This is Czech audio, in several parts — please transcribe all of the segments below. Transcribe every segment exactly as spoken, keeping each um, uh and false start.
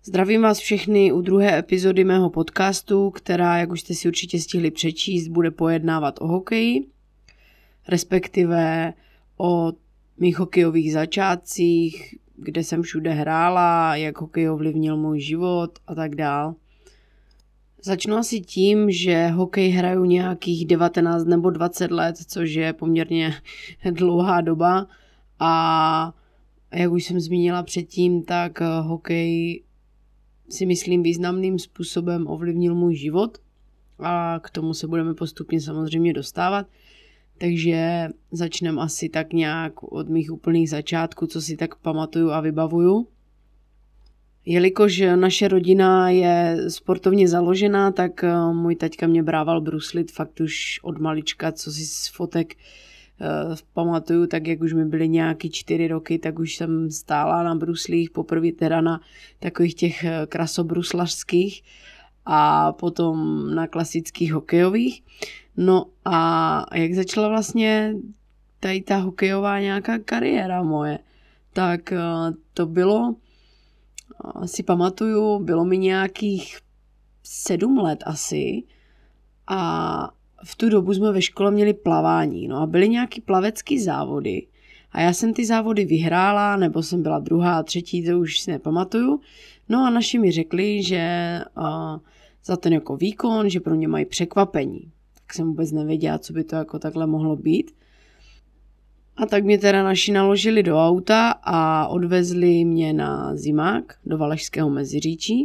Zdravím vás všechny u druhé epizody mého podcastu, která, jak už jste si určitě stihli přečíst, bude pojednávat o hokeji, respektive o mých hokejových začátcích, kde jsem všude hrála, jak hokej ovlivnil můj život a tak dál. Začnu asi tím, že hokej hraju nějakých devatenáct nebo dvacet let, což je poměrně dlouhá doba a jak už jsem zmínila předtím, tak hokej si myslím významným způsobem ovlivnil můj život a k tomu se budeme postupně samozřejmě dostávat. Takže začneme asi tak nějak od mých úplných začátků, co si tak pamatuju a vybavuju. Jelikož naše rodina je sportovně založená, tak můj taťka mě brával bruslit fakt už od malička, co si z fotek uh, pamatuju, tak jak už mi byly nějaký čtyři roky, tak už jsem stála na bruslích, poprvé teda na takových těch krasobruslařských a potom na klasických hokejových. No a jak začala vlastně tady ta hokejová nějaká kariéra moje, tak uh, to bylo, uh, si pamatuju, bylo mi nějakých sedm let asi a v tu dobu jsme ve škole měli plavání, no a byly nějaký plavecký závody a já jsem ty závody vyhrála, nebo jsem byla druhá, třetí, to už si nepamatuju. No a naši mi řekli, že uh, za ten jako výkon, že pro mě mají překvapení. Tak jsem vůbec nevěděla, co by to jako takhle mohlo být. A tak mě teda naši naložili do auta a odvezli mě na zimák do Valašského Meziříčí.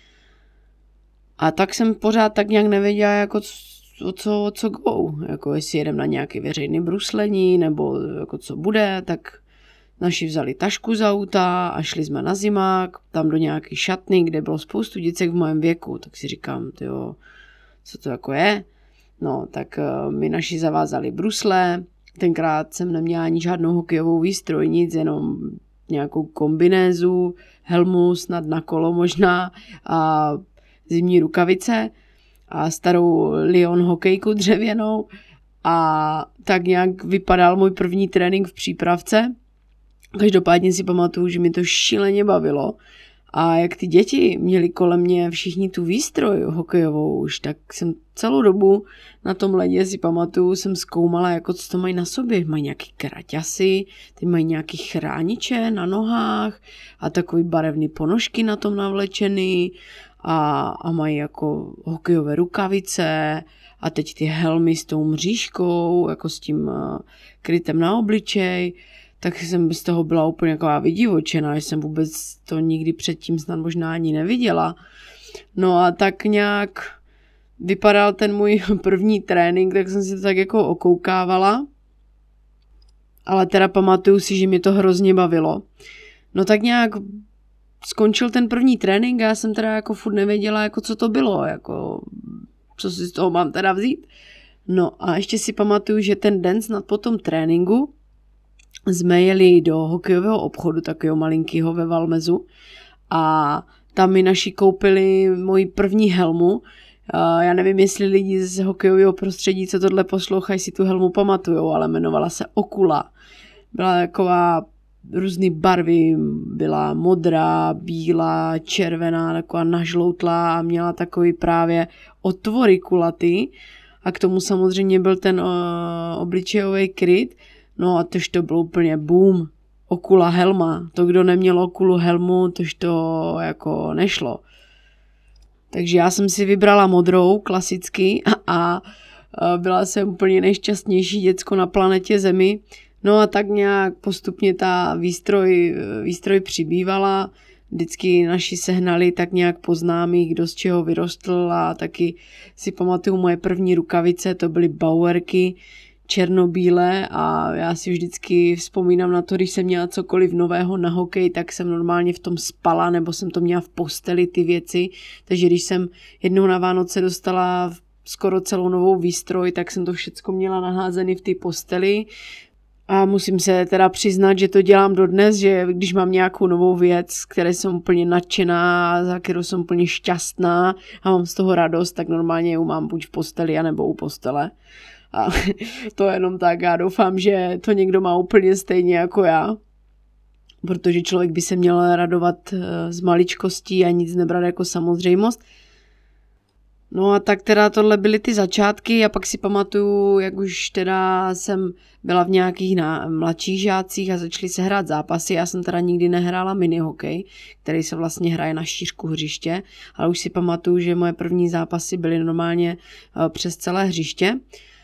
A tak jsem pořád tak nějak nevěděla, jako o co, o co go. Jako jestli jedem na nějaké veřejné bruslení, nebo jako co bude, tak naši vzali tašku z auta a šli jsme na zimák, tam do nějaké šatny, kde bylo spoustu děcek v mém věku. Tak si říkám, tyjo, co to jako je? No, tak uh, mi naši zavázali brusle. Tenkrát jsem neměla ani žádnou hokejovou výstroj, nic, jenom nějakou kombinézu, helmu snad na kolo možná a zimní rukavice a starou Lyon hokejku dřevěnou a tak nějak vypadal můj první trénink v přípravce. Každopádně si pamatuju, že mi to šíleně bavilo a jak ty děti měli kolem mě všichni tu výstroj hokejovou už, tak jsem celou dobu na tom ledě si pamatuju, jsem zkoumala, jako co to mají na sobě. Mají nějaký kraťasy, ty mají nějaký chrániče na nohách a takový barevný ponožky na tom navlečený a, a mají jako hokejové rukavice a teď ty helmy s tou mřížkou, jako s tím uh, krytem na obličej. Tak jsem z toho byla úplně taková vydivočená, že jsem vůbec to nikdy předtím snad možná ani neviděla. No a tak nějak vypadal ten můj první trénink, tak jsem si to tak jako okoukávala. Ale teda pamatuju si, že mi to hrozně bavilo. No tak nějak skončil ten první trénink a já jsem teda jako furt nevěděla, jako co to bylo, jako co si z toho mám teda vzít. No a ještě si pamatuju, že ten den snad po tom tréninku jsme jeli do hokejového obchodu, takového malinkýho ve Valmezu a tam mi naši koupili moji první helmu. Já nevím, jestli lidi z hokejového prostředí, co tohle poslouchají, si tu helmu pamatujou, ale jmenovala se Okula. Byla taková různý barvy, byla modrá, bílá, červená, taková nažloutlá a měla takový právě otvory kulatý a k tomu samozřejmě byl ten uh, obličejový kryt. No a tož to bylo úplně boom, Okula helma. To, kdo neměl Okulu helmu, tož to jako nešlo. Takže já jsem si vybrala modrou, klasicky, a, a byla jsem úplně nejšťastnější děcko na planetě Zemi. No a tak nějak postupně ta výstroj, výstroj přibývala. Vždycky naši sehnali tak nějak po známých, kdo z čeho vyrostl a taky si pamatuju moje první rukavice, to byly Bauerky, černobílé a já si vždycky vzpomínám na to, když jsem měla cokoliv nového na hokej, tak jsem normálně v tom spala nebo jsem to měla v posteli ty věci, takže když jsem jednou na Vánoce dostala skoro celou novou výstroj, tak jsem to všecko měla naházený v té posteli a musím se teda přiznat, že to dělám dodnes, že když mám nějakou novou věc, které jsem úplně nadšená, za kterou jsem úplně šťastná a mám z toho radost, tak normálně ju mám buď v posteli, anebo u postele. A to jenom tak, já doufám, že to někdo má úplně stejně jako já. protože člověk by se měl radovat z maličkostí a nic nebrat jako samozřejmost. No a tak teda tohle byly ty začátky a pak si pamatuju, jak už teda jsem byla v nějakých na, mladších žácích a začaly se hrát zápasy. Já jsem teda nikdy nehrála minihokej, který se vlastně hraje na šířku hřiště, ale už si pamatuju, že moje první zápasy byly normálně přes celé hřiště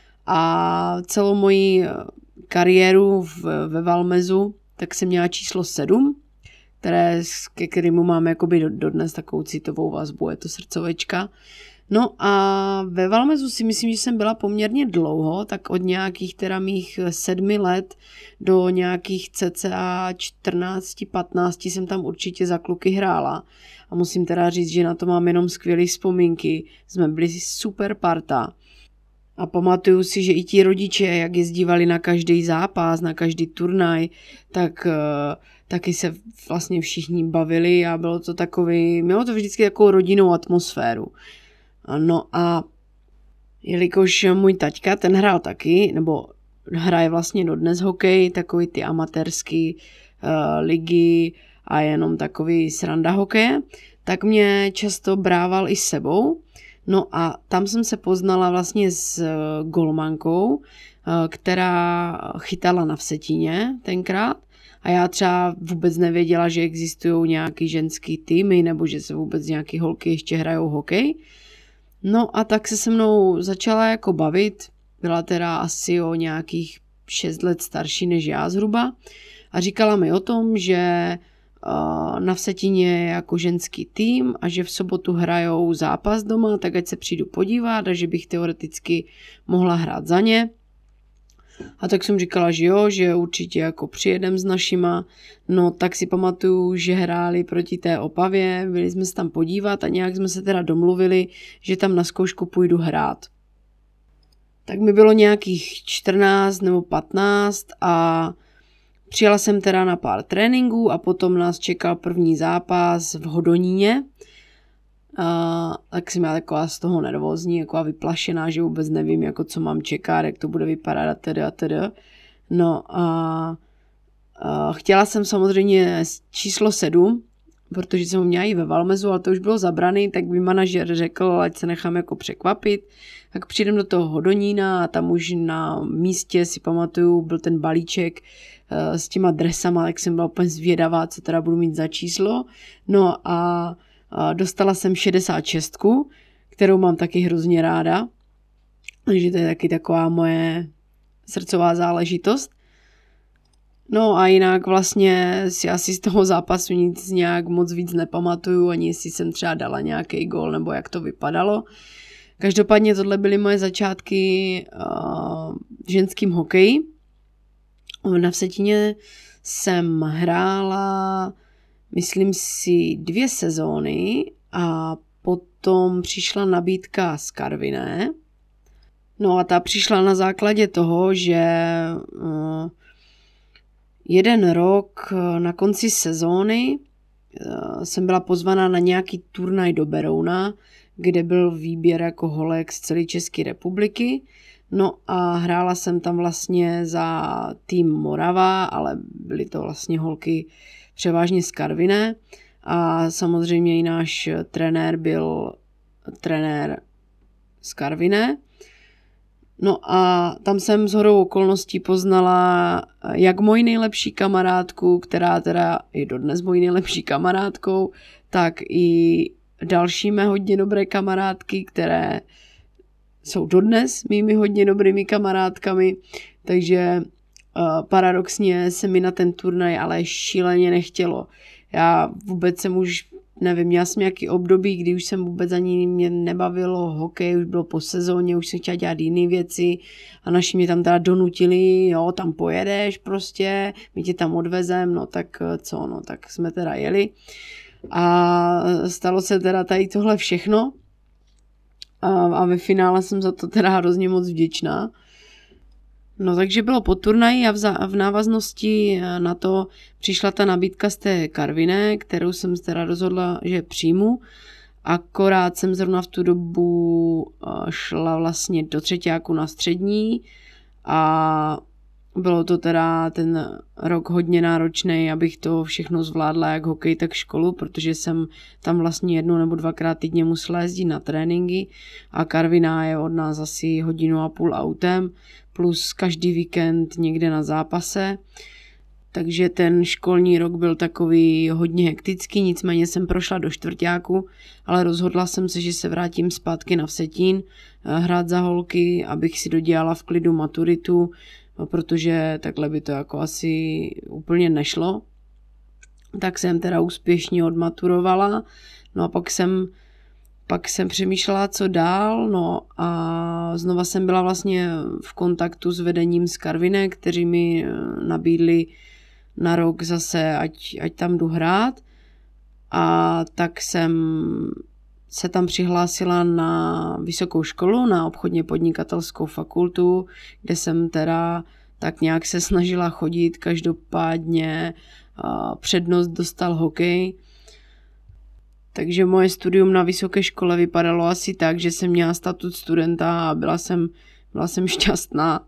a celou moji kariéru v, ve Valmezu tak jsem měla číslo sedm, které, ke kterému mám jakoby dodnes takovou citovou vazbu, je to srdcovečka. No a ve Valmezu si myslím, že jsem byla poměrně dlouho, tak od nějakých teda mých sedmi let do nějakých cca čtrnáct patnáct jsem tam určitě za kluky hrála. A musím teda říct, že na to mám jenom skvělé vzpomínky. Jsme byli super parta. A pamatuju si, že i ti rodiče, jak jezdívali na každý zápas, na každý turnaj, tak taky se vlastně všichni bavili a bylo to takový, mělo to vždycky takovou rodinnou atmosféru. No a jelikož můj taťka, ten hrál taky, nebo hraje vlastně dodnes hokej, takový ty amatérský uh, ligy a jenom takový sranda hokeje, tak mě často brával i s sebou. No a tam jsem se poznala vlastně s uh, golmankou, uh, která chytala na Vsetíně tenkrát. A já třeba vůbec nevěděla, že existují nějaký ženský týmy nebo že se vůbec nějaký holky ještě hrajou hokej. No a tak se se mnou začala jako bavit, byla teda asi o nějakých šest let starší než já zhruba a říkala mi o tom, že uh, na Vsetíně je jako ženský tým a že v sobotu hrajou zápas doma, tak ať se přijdu podívat a že bych teoreticky mohla hrát za ně. A tak jsem říkala, že jo, že určitě jako přijedem s našima. No tak si pamatuju, že hráli proti té Opavě, byli jsme se tam podívat a nějak jsme se teda domluvili, že tam na zkoušku půjdu hrát. Tak mi bylo nějakých čtrnáct nebo patnáct a přijela jsem teda na pár tréninků a potom nás čekal první zápas v Hodoníně. Uh, tak jsem já taková z toho nervózní, taková vyplašená, že vůbec nevím, jako co mám čekat, jak to bude vypadat a tedy a tedy. No a uh, chtěla jsem samozřejmě číslo sedm, protože jsem ho měla i ve Valmezu, ale to už bylo zabraný, tak by manažer řekl, ať se nechám jako překvapit. Tak přijdem do toho Hodonína a tam už na místě si pamatuju, byl ten balíček uh, s těma dresama, tak jsem byla úplně zvědavá, co teda budu mít za číslo. No a dostala jsem šedesát šest, kterou mám taky hrozně ráda. Takže to je taky taková moje srdcová záležitost. No a jinak vlastně si asi z toho zápasu nic nějak moc víc nepamatuju, ani jestli jsem třeba dala nějaký gól nebo jak to vypadalo. Každopádně tohle byly moje začátky uh, v ženském hokeji. Na Vsetíně jsem hrála myslím si dvě sezóny a potom přišla nabídka z Karviné. No a ta přišla na základě toho, že uh, jeden rok na konci sezóny uh, jsem byla pozvaná na nějaký turnaj do Berouna, kde byl výběr jako holek z celé České republiky. No a hrála jsem tam vlastně za tým Morava, ale byly to vlastně holky převážně z Karviné a samozřejmě i náš trenér byl trenér z Karviné. No a tam jsem shodou okolností poznala jak moji nejlepší kamarádku, která teda je dodnes mojí nejlepší kamarádkou, tak i další mé hodně dobré kamarádky, které jsou dodnes mými hodně dobrými kamarádkami, takže Uh, paradoxně se mi na ten turnaj ale šíleně nechtělo. Já vůbec jsem už, nevím, měla jsem nějaký období, kdy už jsem vůbec ani mě nebavilo hokej, už bylo po sezóně, už jsem chtěla dělat jiné věci a naši mě tam teda donutili, jo, tam pojedeš prostě, my tě tam odvezem, no tak co, no tak jsme teda jeli a stalo se teda tady tohle všechno a, a ve finále jsem za to teda hrozně moc vděčná. No takže bylo po turnaji a v, zá, v návaznosti na to přišla ta nabídka z té Karviné, kterou jsem teda rozhodla, že přijmu. Akorát jsem zrovna v tu dobu šla vlastně do třetíku na střední a Bylo to teda ten rok hodně náročný, abych to všechno zvládla, jak hokej, tak školu, protože jsem tam vlastně jednou nebo dvakrát týdně musela jezdit na tréninky a Karviná je od nás asi hodinu a půl autem, plus každý víkend někde na zápase. Takže ten školní rok byl takový hodně hektický, nicméně jsem prošla do čtvrťáku, ale rozhodla jsem se, že se vrátím zpátky na Vsetín, hrát za holky, abych si dodělala v klidu maturitu, protože takhle by to jako asi úplně nešlo. Tak jsem teda úspěšně odmaturovala, no a pak jsem, pak jsem přemýšlela, co dál, no a znova jsem byla vlastně v kontaktu s vedením z Karviné, kteří mi nabídli na rok zase, ať, ať tam jdu hrát, a tak jsem se tam přihlásila na vysokou školu, na obchodně podnikatelskou fakultu, kde jsem teda tak nějak se snažila chodit, každopádně přednost dostal hokej. Takže moje studium na vysoké škole vypadalo asi tak, že jsem měla statut studenta a byla jsem, byla jsem šťastná.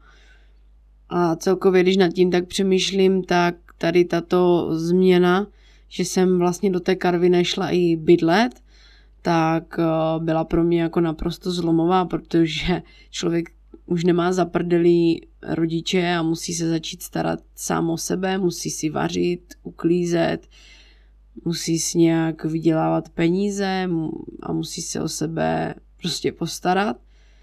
A celkově, když nad tím tak přemýšlím, tak tady tato změna, že jsem vlastně do té Karviné šla i bydlet, tak byla pro mě jako naprosto zlomová, protože člověk už nemá za prdelí rodiče a musí se začít starat sám o sebe, musí si vařit, uklízet, musí si nějak vydělávat peníze a musí se o sebe prostě postarat.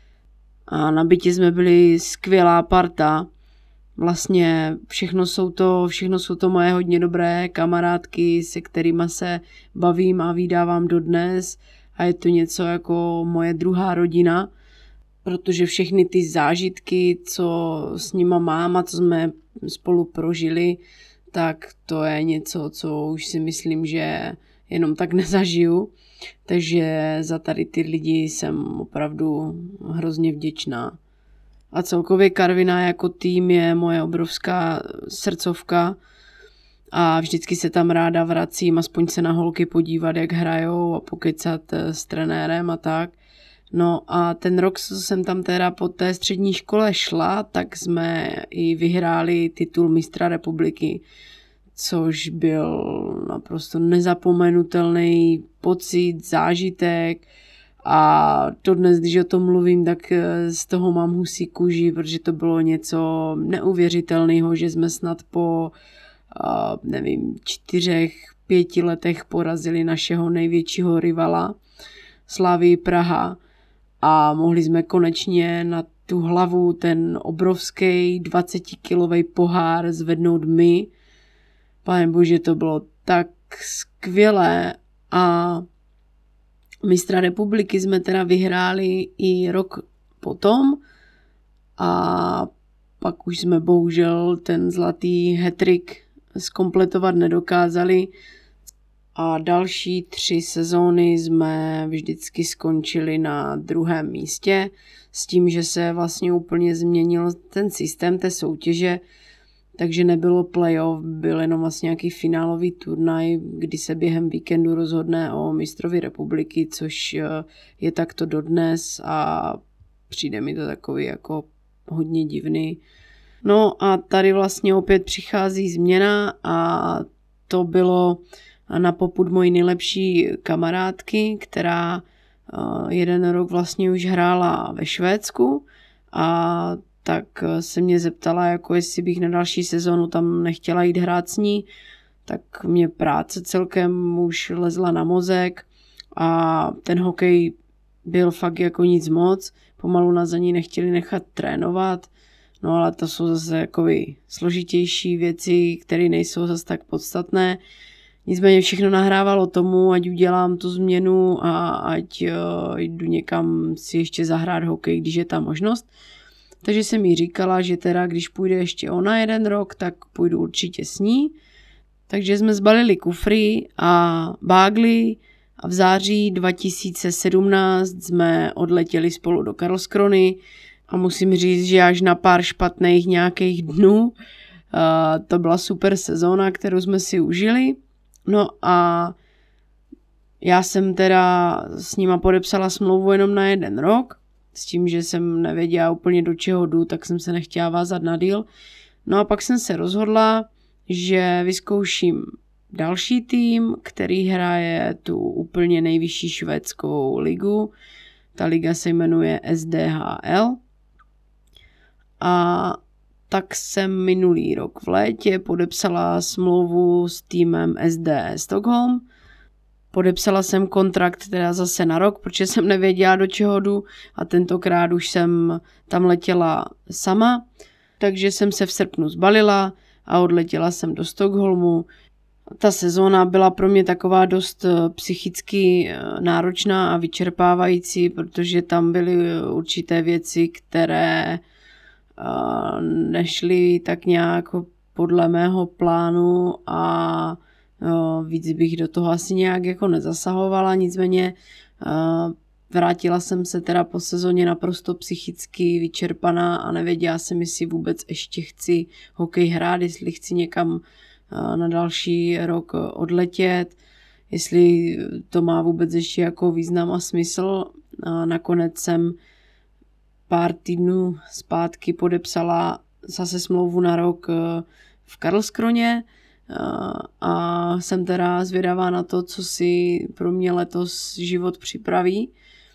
A na bytě jsme byli skvělá parta. Vlastně všechno jsou to, všechno jsou to moje hodně dobré kamarádky, se kterými se bavím a vídávám dodnes a je to něco jako moje druhá rodina, protože všechny ty zážitky, co s nima mám a co jsme spolu prožili, tak to je něco, co už si myslím, že jenom tak nezažiju. Takže za tady ty lidi jsem opravdu hrozně vděčná. A celkově Karviná jako tým je moje obrovská srdcovka a vždycky se tam ráda vracím, aspoň se na holky podívat, jak hrajou a pokecat s trenérem a tak. No a ten rok, co jsem tam teda po té střední škole šla, tak jsme i vyhráli titul mistra republiky, což byl naprosto nezapomenutelný pocit, zážitek. A dodnes, když o tom mluvím, tak z toho mám husí kůži, protože to bylo něco neuvěřitelného, že jsme snad po, nevím, čtyřech, pěti letech porazili našeho největšího rivala, Slavii Praha, a mohli jsme konečně na tu hlavu ten obrovský dvacetikilový pohár zvednout my. Pane bože, to bylo tak skvělé a mistra republiky jsme teda vyhráli i rok potom a pak už jsme bohužel ten zlatý hat-trick zkompletovat nedokázali a další tři sezóny jsme vždycky skončili na druhém místě s tím, že se vlastně úplně změnil ten systém té soutěže, takže nebylo playoff, byl jenom vlastně nějaký finálový turnaj, kdy se během víkendu rozhodne o mistrovi republiky, což je takto dodnes a přijde mi to takový jako hodně divný. No a tady vlastně opět přichází změna a to bylo na popud mojí nejlepší kamarádky, která jeden rok vlastně už hrála ve Švédsku a tak se mě zeptala, jako jestli bych na další sezonu tam nechtěla jít hrát s ní, tak mě práce celkem už lezla na mozek a ten hokej byl fakt jako nic moc, pomalu nás za ní nechtěli nechat trénovat, no ale to jsou zase jakoby složitější věci, které nejsou zase tak podstatné. Nicméně všechno nahrávalo tomu, ať udělám tu změnu a ať uh, jdu někam si ještě zahrát hokej, když je ta možnost. Takže jsem jí říkala, že teda když půjde ještě ona jeden rok, tak půjdu určitě s ní. Takže jsme zbalili kufry a bágly a v září dva tisíce sedmnáct jsme odletěli spolu do Karlskrony a musím říct, že až na pár špatných nějakých dnů uh, to byla super sezóna, kterou jsme si užili. No a já jsem teda s nima podepsala smlouvu jenom na jeden rok, s tím, že jsem nevěděla úplně do čeho jdu, tak jsem se nechtěla vázat na díl. No a pak jsem se rozhodla, že vyzkouším další tým, který hraje tu úplně nejvyšší švédskou ligu. Ta liga se jmenuje S D H L. A tak jsem minulý rok v létě podepsala smlouvu s týmem S D Stockholm. Podepsala jsem kontrakt teda zase na rok, protože jsem nevěděla, do čeho jdu, a tentokrát už jsem tam letěla sama, takže jsem se v srpnu zbalila a odletěla jsem do Stockholmu. Ta sezóna byla pro mě taková dost psychicky náročná a vyčerpávající, protože tam byly určité věci, které nešly tak nějak podle mého plánu a víc bych do toho asi nějak jako nezasahovala, nicméně vrátila jsem se teda po sezóně naprosto psychicky vyčerpaná a nevěděla jsem, jestli vůbec ještě chci hokej hrát, jestli chci někam na další rok odletět, jestli to má vůbec ještě jako význam a smysl. A nakonec jsem pár týdnů zpátky podepsala zase smlouvu na rok v Karlskroně a jsem teda zvědavá na to, co si pro mě letos život připraví,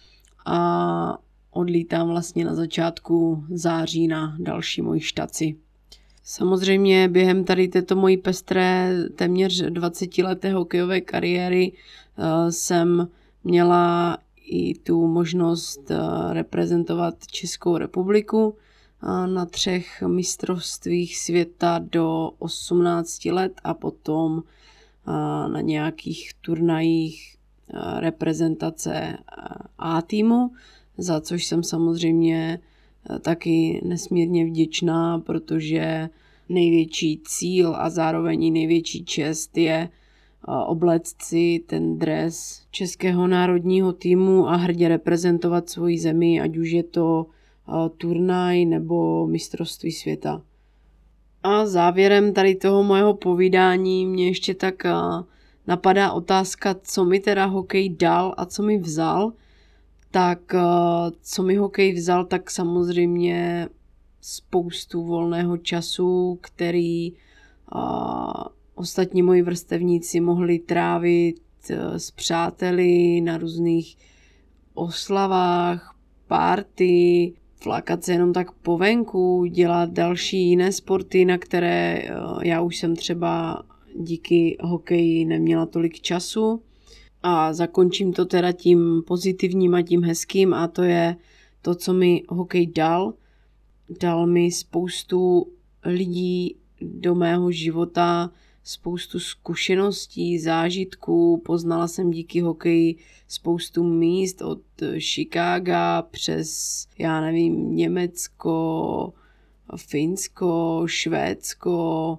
a odlítám vlastně na začátku září na další moji štaci. Samozřejmě během tady této mojí pestré téměř dvacetileté hokejové kariéry jsem měla i tu možnost reprezentovat Českou republiku na třech mistrovstvích světa do osmnácti let a potom na nějakých turnajích reprezentace A týmu, za což jsem samozřejmě taky nesmírně vděčná, protože největší cíl a zároveň i největší čest je obléct si ten dres českého národního týmu a hrdě reprezentovat svoji zemi, ať už je to turnaj nebo mistrovství světa. A závěrem tady toho mojeho povídání mě ještě tak napadá otázka, co mi teda hokej dal a co mi vzal. Tak co mi hokej vzal, tak samozřejmě spoustu volného času, který a, ostatní moji vrstevníci mohli trávit s přáteli na různých oslavách, party, flákat se jenom tak po venku, dělat další jiné sporty, na které já už jsem třeba díky hokeji neměla tolik času. A zakončím to teda tím pozitivním a tím hezkým, a to je to, co mi hokej dal. Dal mi spoustu lidí do mého života, spoustu zkušeností, zážitků. Poznala jsem díky hokeji spoustu míst od Chicaga přes, já nevím, Německo, Finsko, Švédsko,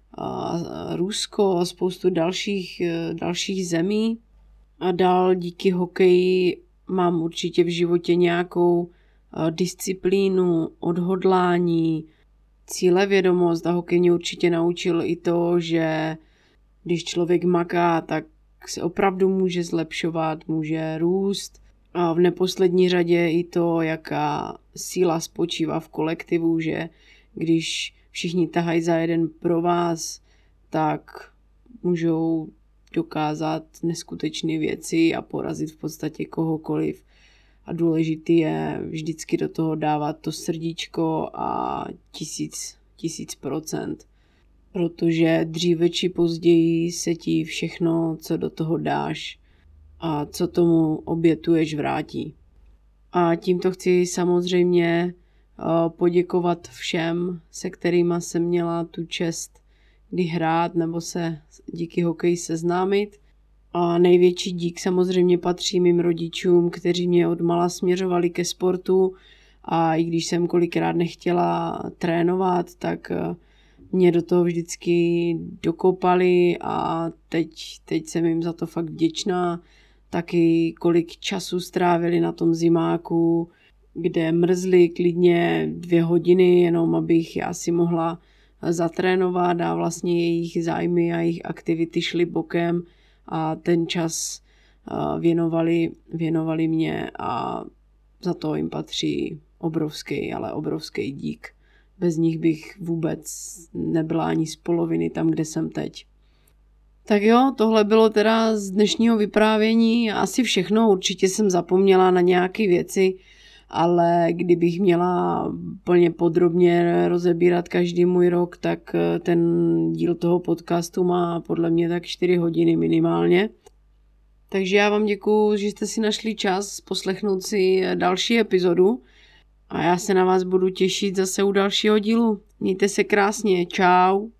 Rusko, spoustu dalších, dalších zemí. A dál díky hokeji mám určitě v životě nějakou disciplínu, odhodlání, cílevědomost, a hokej mě určitě naučil i to, že když člověk maká, tak se opravdu může zlepšovat, může růst, a v neposlední řadě i to, jaká síla spočívá v kolektivu, že když všichni tahají za jeden pro vás, tak můžou dokázat neskutečné věci a porazit v podstatě kohokoliv. A důležitý je vždycky do toho dávat to srdíčko a tisíc, tisíc procent. Protože dříve či později se ti všechno, co do toho dáš a co tomu obětuješ, vrátí. A tímto chci samozřejmě poděkovat všem, se kterými jsem měla tu čest kdy hrát nebo se díky hokeji seznámit. A největší dík samozřejmě patří mým rodičům, kteří mě odmala směřovali ke sportu, a i když jsem kolikrát nechtěla trénovat, tak mě do toho vždycky dokopali, a teď, teď jsem jim za to fakt vděčná. Taky kolik času strávili na tom zimáku, kde mrzli klidně dvě hodiny, jenom abych já si mohla zatrénovat, a vlastně jejich zájmy a jejich aktivity šly bokem a ten čas věnovali, věnovali mě, a za to jim patří obrovský, ale obrovský dík. Bez nich bych vůbec nebyla ani z poloviny tam, kde jsem teď. Tak jo, tohle bylo teda z dnešního vyprávění asi všechno. Určitě jsem zapomněla na nějaké věci, ale kdybych měla plně podrobně rozebírat každý můj rok, tak ten díl toho podcastu má podle mě tak čtyři hodiny minimálně. Takže já vám děkuju, že jste si našli čas poslechnout si další epizodu a já se na vás budu těšit zase u dalšího dílu. Mějte se krásně, čau.